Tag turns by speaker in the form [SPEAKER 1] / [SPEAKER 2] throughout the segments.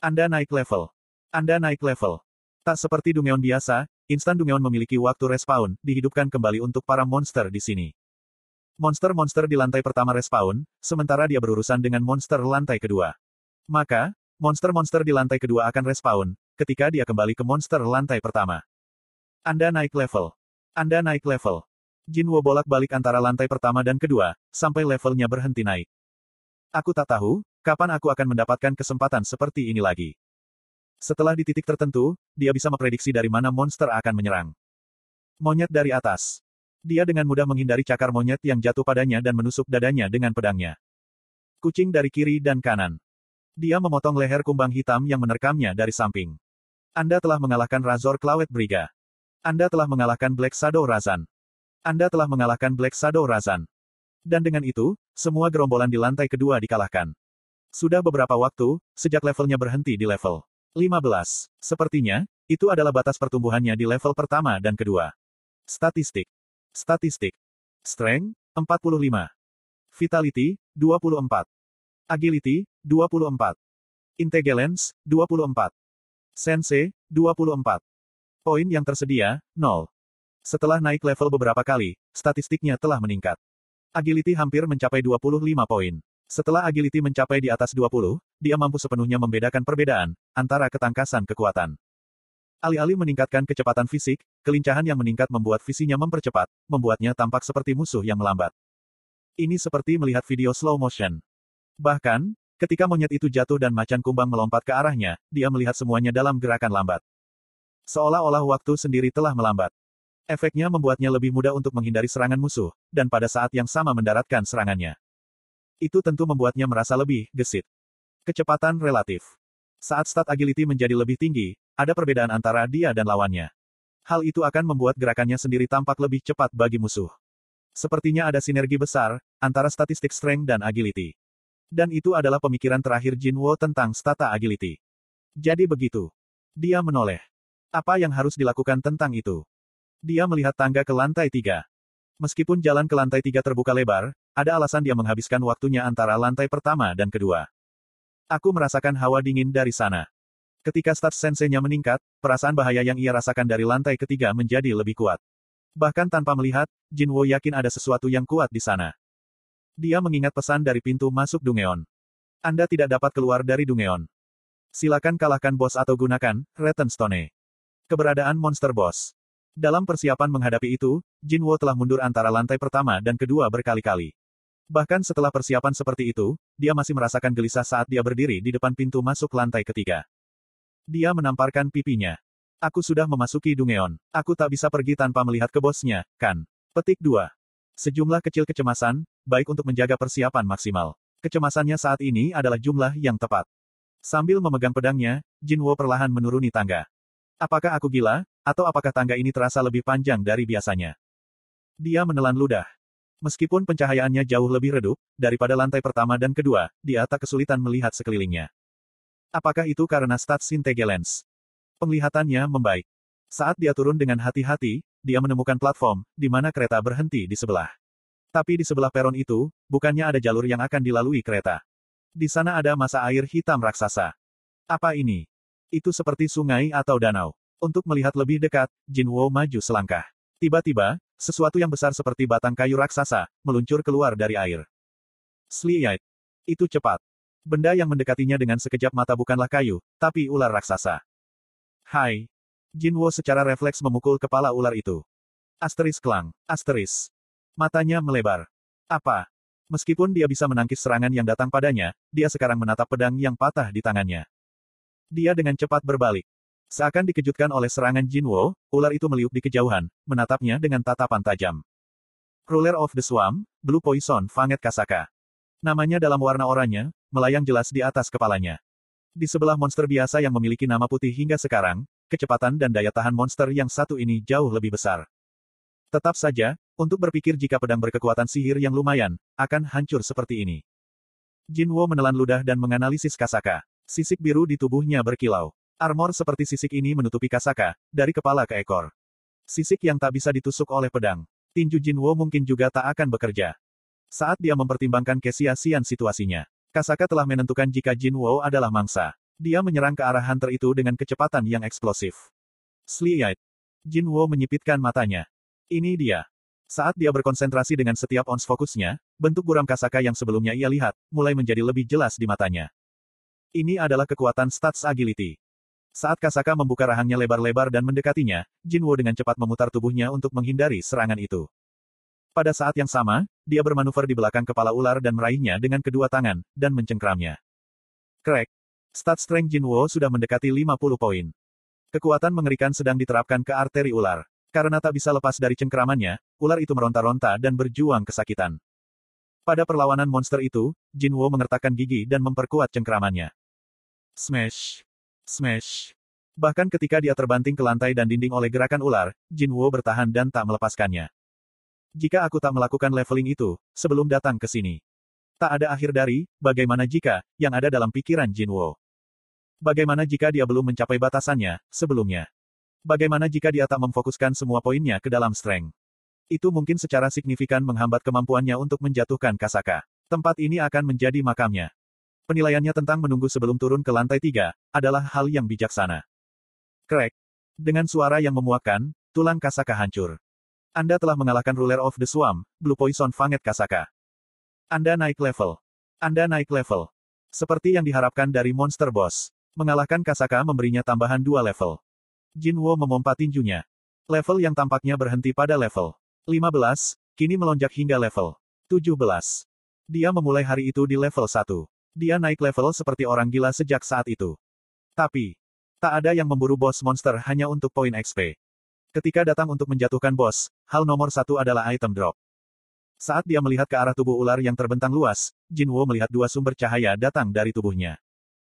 [SPEAKER 1] Anda naik level. Anda naik level. Tak seperti Dungeon biasa, instan Dungeon memiliki waktu respawn, dihidupkan kembali untuk para monster di sini. Monster-monster di lantai pertama respawn, sementara dia berurusan dengan monster lantai kedua. Maka, monster-monster di lantai kedua akan respawn, ketika dia kembali ke monster lantai pertama. Anda naik level. Anda naik level. Jinwo bolak-balik antara lantai pertama dan kedua, sampai levelnya berhenti naik. Aku tak tahu, kapan aku akan mendapatkan kesempatan seperti ini lagi. Setelah di titik tertentu, dia bisa memprediksi dari mana monster akan menyerang. Monyet dari atas. Dia dengan mudah menghindari cakar monyet yang jatuh padanya dan menusuk dadanya dengan pedangnya. Kucing dari kiri dan kanan. Dia memotong leher kumbang hitam yang menerkamnya dari samping. Anda telah mengalahkan Razor Clawed Briga. Anda telah mengalahkan Black Shadow Razan. Anda telah mengalahkan Black Shadow Razan. Dan dengan itu, semua gerombolan di lantai kedua dikalahkan. Sudah beberapa waktu, sejak levelnya berhenti di level 15. Sepertinya, itu adalah batas pertumbuhannya di level pertama dan kedua. Statistik. Statistik. Strength, 45. Vitality, 24. Agility, 24. Intelligence, 24. Sense, 24. Poin yang tersedia, 0. Setelah naik level beberapa kali, statistiknya telah meningkat. Agility hampir mencapai 25 poin. Setelah agility mencapai di atas 20, dia mampu sepenuhnya membedakan perbedaan antara ketangkasan kekuatan. Alih-alih meningkatkan kecepatan fisik, kelincahan yang meningkat membuat visinya mempercepat, membuatnya tampak seperti musuh yang melambat. Ini seperti melihat video slow motion. Bahkan, ketika monyet itu jatuh dan macan kumbang melompat ke arahnya, dia melihat semuanya dalam gerakan lambat. Seolah-olah waktu sendiri telah melambat. Efeknya membuatnya lebih mudah untuk menghindari serangan musuh, dan pada saat yang sama mendaratkan serangannya. Itu tentu membuatnya merasa lebih gesit. Kecepatan relatif. Saat stat agility menjadi lebih tinggi, ada perbedaan antara dia dan lawannya. Hal itu akan membuat gerakannya sendiri tampak lebih cepat bagi musuh. Sepertinya ada sinergi besar antara statistik strength dan agility. Dan itu adalah pemikiran terakhir Jinwo tentang stata agility. Jadi begitu. Dia menoleh. Apa yang harus dilakukan tentang itu? Dia melihat tangga ke lantai 3. Meskipun jalan ke lantai 3 terbuka lebar, ada alasan dia menghabiskan waktunya antara lantai pertama dan kedua. Aku merasakan hawa dingin dari sana. Ketika stats sensenya meningkat, perasaan bahaya yang ia rasakan dari lantai ketiga menjadi lebih kuat. Bahkan tanpa melihat, Jinwo yakin ada sesuatu yang kuat di sana. Dia mengingat pesan dari pintu masuk Dungeon. Anda tidak dapat keluar dari Dungeon. Silakan kalahkan bos atau gunakan Return Stone. Keberadaan monster boss. Dalam persiapan menghadapi itu, Jinwo telah mundur antara lantai pertama dan kedua berkali-kali. Bahkan setelah persiapan seperti itu, dia masih merasakan gelisah saat dia berdiri di depan pintu masuk lantai ketiga. Dia menamparkan pipinya. Aku sudah memasuki Dungeon. Aku tak bisa pergi tanpa melihat ke bosnya, kan? Petik 2. Sejumlah kecil kecemasan, baik untuk menjaga persiapan maksimal. Kecemasannya saat ini adalah jumlah yang tepat. Sambil memegang pedangnya, Jinwo perlahan menuruni tangga. Apakah aku gila, atau apakah tangga ini terasa lebih panjang dari biasanya? Dia menelan ludah. Meskipun pencahayaannya jauh lebih redup daripada lantai pertama dan kedua, dia tak kesulitan melihat sekelilingnya. Apakah itu karena stats intelligence? Penglihatannya membaik. Saat dia turun dengan hati-hati, dia menemukan platform di mana kereta berhenti di sebelah. Tapi di sebelah peron itu, bukannya ada jalur yang akan dilalui kereta. Di sana ada masa air hitam raksasa. Apa ini? Itu seperti sungai atau danau. Untuk melihat lebih dekat, Jinwo maju selangkah. Tiba-tiba, sesuatu yang besar seperti batang kayu raksasa, meluncur keluar dari air. Sliyite. Itu cepat. Benda yang mendekatinya dengan sekejap mata bukanlah kayu, tapi ular raksasa. Hai. Jinwo secara refleks memukul kepala ular itu. Asteris klang. Asteris. Matanya melebar. Apa? Meskipun dia bisa menangkis serangan yang datang padanya, dia sekarang menatap pedang yang patah di tangannya. Dia dengan cepat berbalik. Seakan dikejutkan oleh serangan Jinwo, ular itu meliuk di kejauhan, menatapnya dengan tatapan tajam. Ruler of the Swamp, Blue Poison Fanged Kasaka. Namanya dalam warna oranye, melayang jelas di atas kepalanya. Di sebelah monster biasa yang memiliki nama putih hingga sekarang, kecepatan dan daya tahan monster yang satu ini jauh lebih besar. Tetap saja, untuk berpikir jika pedang berkekuatan sihir yang lumayan, akan hancur seperti ini. Jinwo menelan ludah dan menganalisis Kasaka. Sisik biru di tubuhnya berkilau. Armor seperti sisik ini menutupi Kasaka, dari kepala ke ekor. Sisik yang tak bisa ditusuk oleh pedang. Tinju Jinwo mungkin juga tak akan bekerja. Saat dia mempertimbangkan kesia-siaan situasinya, Kasaka telah menentukan jika Jinwo adalah mangsa. Dia menyerang ke arah hunter itu dengan kecepatan yang eksplosif. Slide. Jinwo menyipitkan matanya. Ini dia. Saat dia berkonsentrasi dengan setiap ons fokusnya, bentuk buram Kasaka yang sebelumnya ia lihat, mulai menjadi lebih jelas di matanya. Ini adalah kekuatan stats agility. Saat Kasaka membuka rahangnya lebar-lebar dan mendekatinya, Jinwo dengan cepat memutar tubuhnya untuk menghindari serangan itu. Pada saat yang sama, dia bermanuver di belakang kepala ular dan meraihnya dengan kedua tangan, dan mencengkramnya. Crack. Stat strength Jinwo sudah mendekati 50 poin. Kekuatan mengerikan sedang diterapkan ke arteri ular. Karena tak bisa lepas dari cengkramannya, ular itu meronta-ronta dan berjuang kesakitan. Pada perlawanan monster itu, Jinwo mengertakkan gigi dan memperkuat cengkramannya. Smash. Smash. Bahkan ketika dia terbanting ke lantai dan dinding oleh gerakan ular, Jinwo bertahan dan tak melepaskannya. Jika aku tak melakukan leveling itu, sebelum datang ke sini. Tak ada akhir dari, bagaimana jika, yang ada dalam pikiran Jinwo. Bagaimana jika dia belum mencapai batasannya, sebelumnya? Bagaimana jika dia tak memfokuskan semua poinnya ke dalam strength? Itu mungkin secara signifikan menghambat kemampuannya untuk menjatuhkan Kasaka. Tempat ini akan menjadi makamnya. Penilaiannya tentang menunggu sebelum turun ke lantai 3, adalah hal yang bijaksana. Crack. Dengan suara yang memuakkan, tulang Kasaka hancur. Anda telah mengalahkan Ruler of the Swamp, Blue Poison Fanged Kasaka. Anda naik level. Anda naik level. Seperti yang diharapkan dari monster boss. Mengalahkan Kasaka memberinya tambahan 2 level. Jinwo memompa tinjunya. Level yang tampaknya berhenti pada level 15, kini melonjak hingga level 17. Dia memulai hari itu di level 1. Dia naik level seperti orang gila sejak saat itu. Tapi, tak ada yang memburu bos monster hanya untuk poin XP. Ketika datang untuk menjatuhkan bos, hal nomor 1 adalah item drop. Saat dia melihat ke arah tubuh ular yang terbentang luas, Jinwo melihat 2 sumber cahaya datang dari tubuhnya.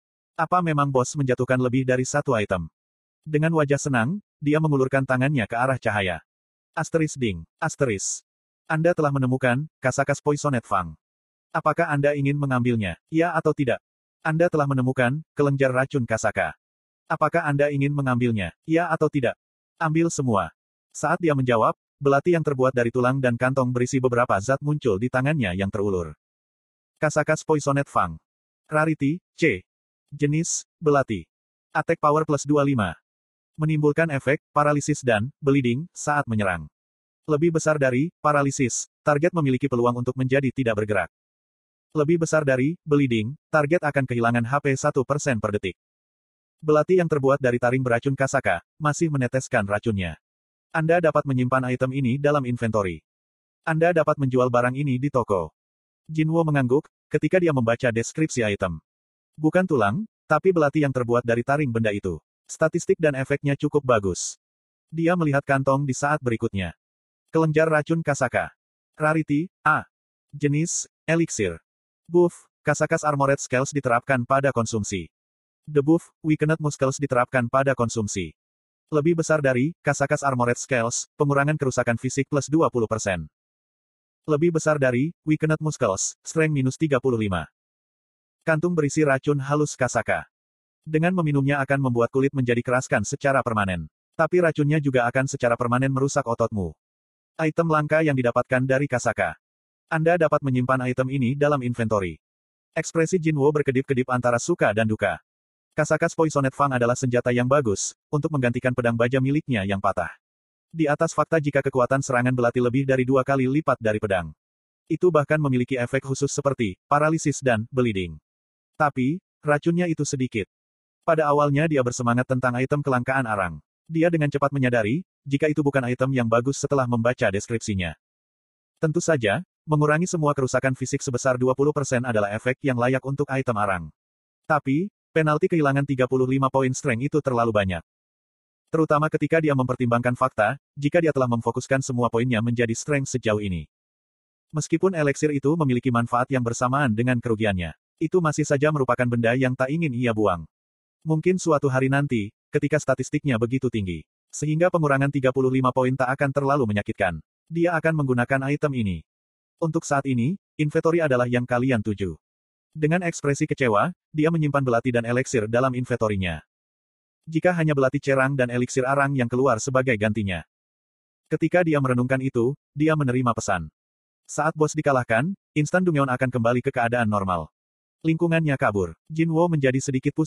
[SPEAKER 1] Apa memang bos menjatuhkan lebih dari 1 item? Dengan wajah senang, dia mengulurkan tangannya ke arah cahaya. Asteris ding. Asteris. Anda telah menemukan, Kasakas Poisoned Fang. Apakah Anda ingin mengambilnya? Ya atau tidak? Anda telah menemukan, kelenjar racun Kasaka. Apakah Anda ingin mengambilnya? Ya atau tidak? Ambil semua. Saat dia menjawab, belati yang terbuat dari tulang dan kantong berisi beberapa zat muncul di tangannya yang terulur. Kasakas Poisoned Fang. Rarity, C. Jenis, belati. Attack power plus 25. Menimbulkan efek, paralisis dan, bleeding, saat menyerang. Lebih besar dari, paralisis, target memiliki peluang untuk menjadi tidak bergerak. Lebih besar dari, bleeding, target akan kehilangan HP 1% per detik. Belati yang terbuat dari taring beracun Kasaka, masih meneteskan racunnya. Anda dapat menyimpan item ini dalam inventory. Anda dapat menjual barang ini di toko. Jinwo mengangguk, ketika dia membaca deskripsi item. Bukan tulang, tapi belati yang terbuat dari taring benda itu. Statistik dan efeknya cukup bagus. Dia melihat kantong di saat berikutnya. Kelenjar racun Kasaka. Rarity, A. Jenis, elixir. Buff, Kasakas Armored Scales diterapkan pada konsumsi. Debuff, Weakened Muscles diterapkan pada konsumsi. Lebih besar dari, Kasakas Armored Scales, pengurangan kerusakan fisik plus 20%. Lebih besar dari, Weakened Muscles, strength minus 35. Kantung berisi racun halus Kasaka. Dengan meminumnya akan membuat kulit menjadi keraskan secara permanen. Tapi racunnya juga akan secara permanen merusak ototmu. Item langka yang didapatkan dari Kasaka. Anda dapat menyimpan item ini dalam inventory. Ekspresi Jinwo berkedip-kedip antara suka dan duka. Kasakas Poisoned Fang adalah senjata yang bagus, untuk menggantikan pedang baja miliknya yang patah. Di atas fakta jika kekuatan serangan belati lebih dari 2 kali lipat dari pedang. Itu bahkan memiliki efek khusus seperti, paralisis dan, bleeding. Tapi, racunnya itu sedikit. Pada awalnya dia bersemangat tentang item kelangkaan arang. Dia dengan cepat menyadari, jika itu bukan item yang bagus setelah membaca deskripsinya. Tentu saja, mengurangi semua kerusakan fisik sebesar 20% adalah efek yang layak untuk item arang. Tapi, penalti kehilangan 35 poin strength itu terlalu banyak. Terutama ketika dia mempertimbangkan fakta, jika dia telah memfokuskan semua poinnya menjadi strength sejauh ini. Meskipun elixir itu memiliki manfaat yang bersamaan dengan kerugiannya. Itu masih saja merupakan benda yang tak ingin ia buang. Mungkin suatu hari nanti, ketika statistiknya begitu tinggi, sehingga pengurangan 35 poin tak akan terlalu menyakitkan, dia akan menggunakan item ini. Untuk saat ini, inventory adalah yang kalian tuju. Dengan ekspresi kecewa, dia menyimpan belati dan elixir dalam inventorinya. Jika hanya belati cerang dan elixir arang yang keluar sebagai gantinya. Ketika dia merenungkan itu, dia menerima pesan. Saat bos dikalahkan, instan Dungeon akan kembali ke keadaan normal. Lingkungannya kabur. Jinwo menjadi sedikit pusing,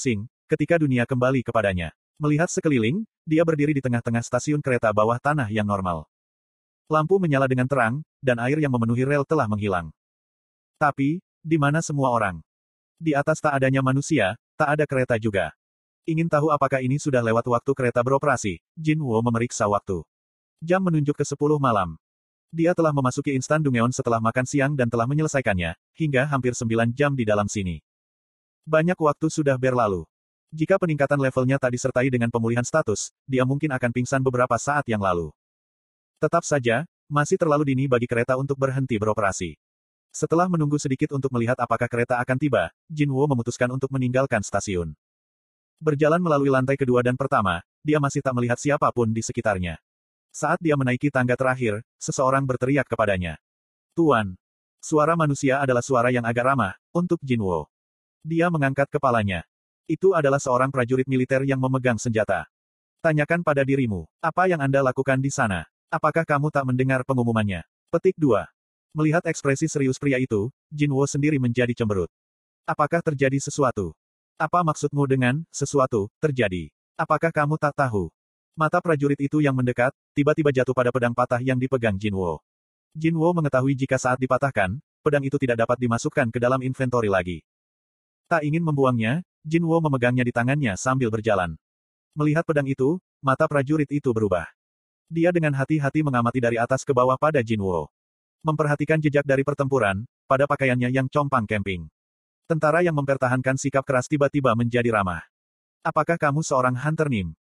[SPEAKER 1] ketika dunia kembali kepadanya. Melihat sekeliling, dia berdiri di tengah-tengah stasiun kereta bawah tanah yang normal. Lampu menyala dengan terang, dan air yang memenuhi rel telah menghilang. Tapi, di mana semua orang? Di atas tak adanya manusia, tak ada kereta juga. Ingin tahu apakah ini sudah lewat waktu kereta beroperasi? Jin Wo memeriksa waktu. Jam menunjuk ke 10 malam. Dia telah memasuki instan Dungeon setelah makan siang dan telah menyelesaikannya, hingga hampir 9 jam di dalam sini. Banyak waktu sudah berlalu. Jika peningkatan levelnya tak disertai dengan pemulihan status, dia mungkin akan pingsan beberapa saat yang lalu. Tetap saja, masih terlalu dini bagi kereta untuk berhenti beroperasi. Setelah menunggu sedikit untuk melihat apakah kereta akan tiba, Jin Wo memutuskan untuk meninggalkan stasiun. Berjalan melalui lantai kedua dan pertama, dia masih tak melihat siapapun di sekitarnya. Saat dia menaiki tangga terakhir, seseorang berteriak kepadanya. Tuan. Suara manusia adalah suara yang agak ramah, untuk Jin Wo. Dia mengangkat kepalanya. Itu adalah seorang prajurit militer yang memegang senjata. Tanyakan pada dirimu, apa yang Anda lakukan di sana? Apakah kamu tak mendengar pengumumannya? Petik 2. Melihat ekspresi serius pria itu, Jin Wo sendiri menjadi cemberut. Apakah terjadi sesuatu? Apa maksudmu dengan sesuatu terjadi? Apakah kamu tak tahu? Mata prajurit itu yang mendekat, tiba-tiba jatuh pada pedang patah yang dipegang Jin Wo. Jin Wo mengetahui jika saat dipatahkan, pedang itu tidak dapat dimasukkan ke dalam inventory lagi. Tak ingin membuangnya, Jin Wo memegangnya di tangannya sambil berjalan. Melihat pedang itu, mata prajurit itu berubah. Dia dengan hati-hati mengamati dari atas ke bawah pada Jin Wo. Memperhatikan jejak dari pertempuran, pada pakaiannya yang compang camping. Tentara yang mempertahankan sikap keras tiba-tiba menjadi ramah. Apakah kamu seorang hunter Nim?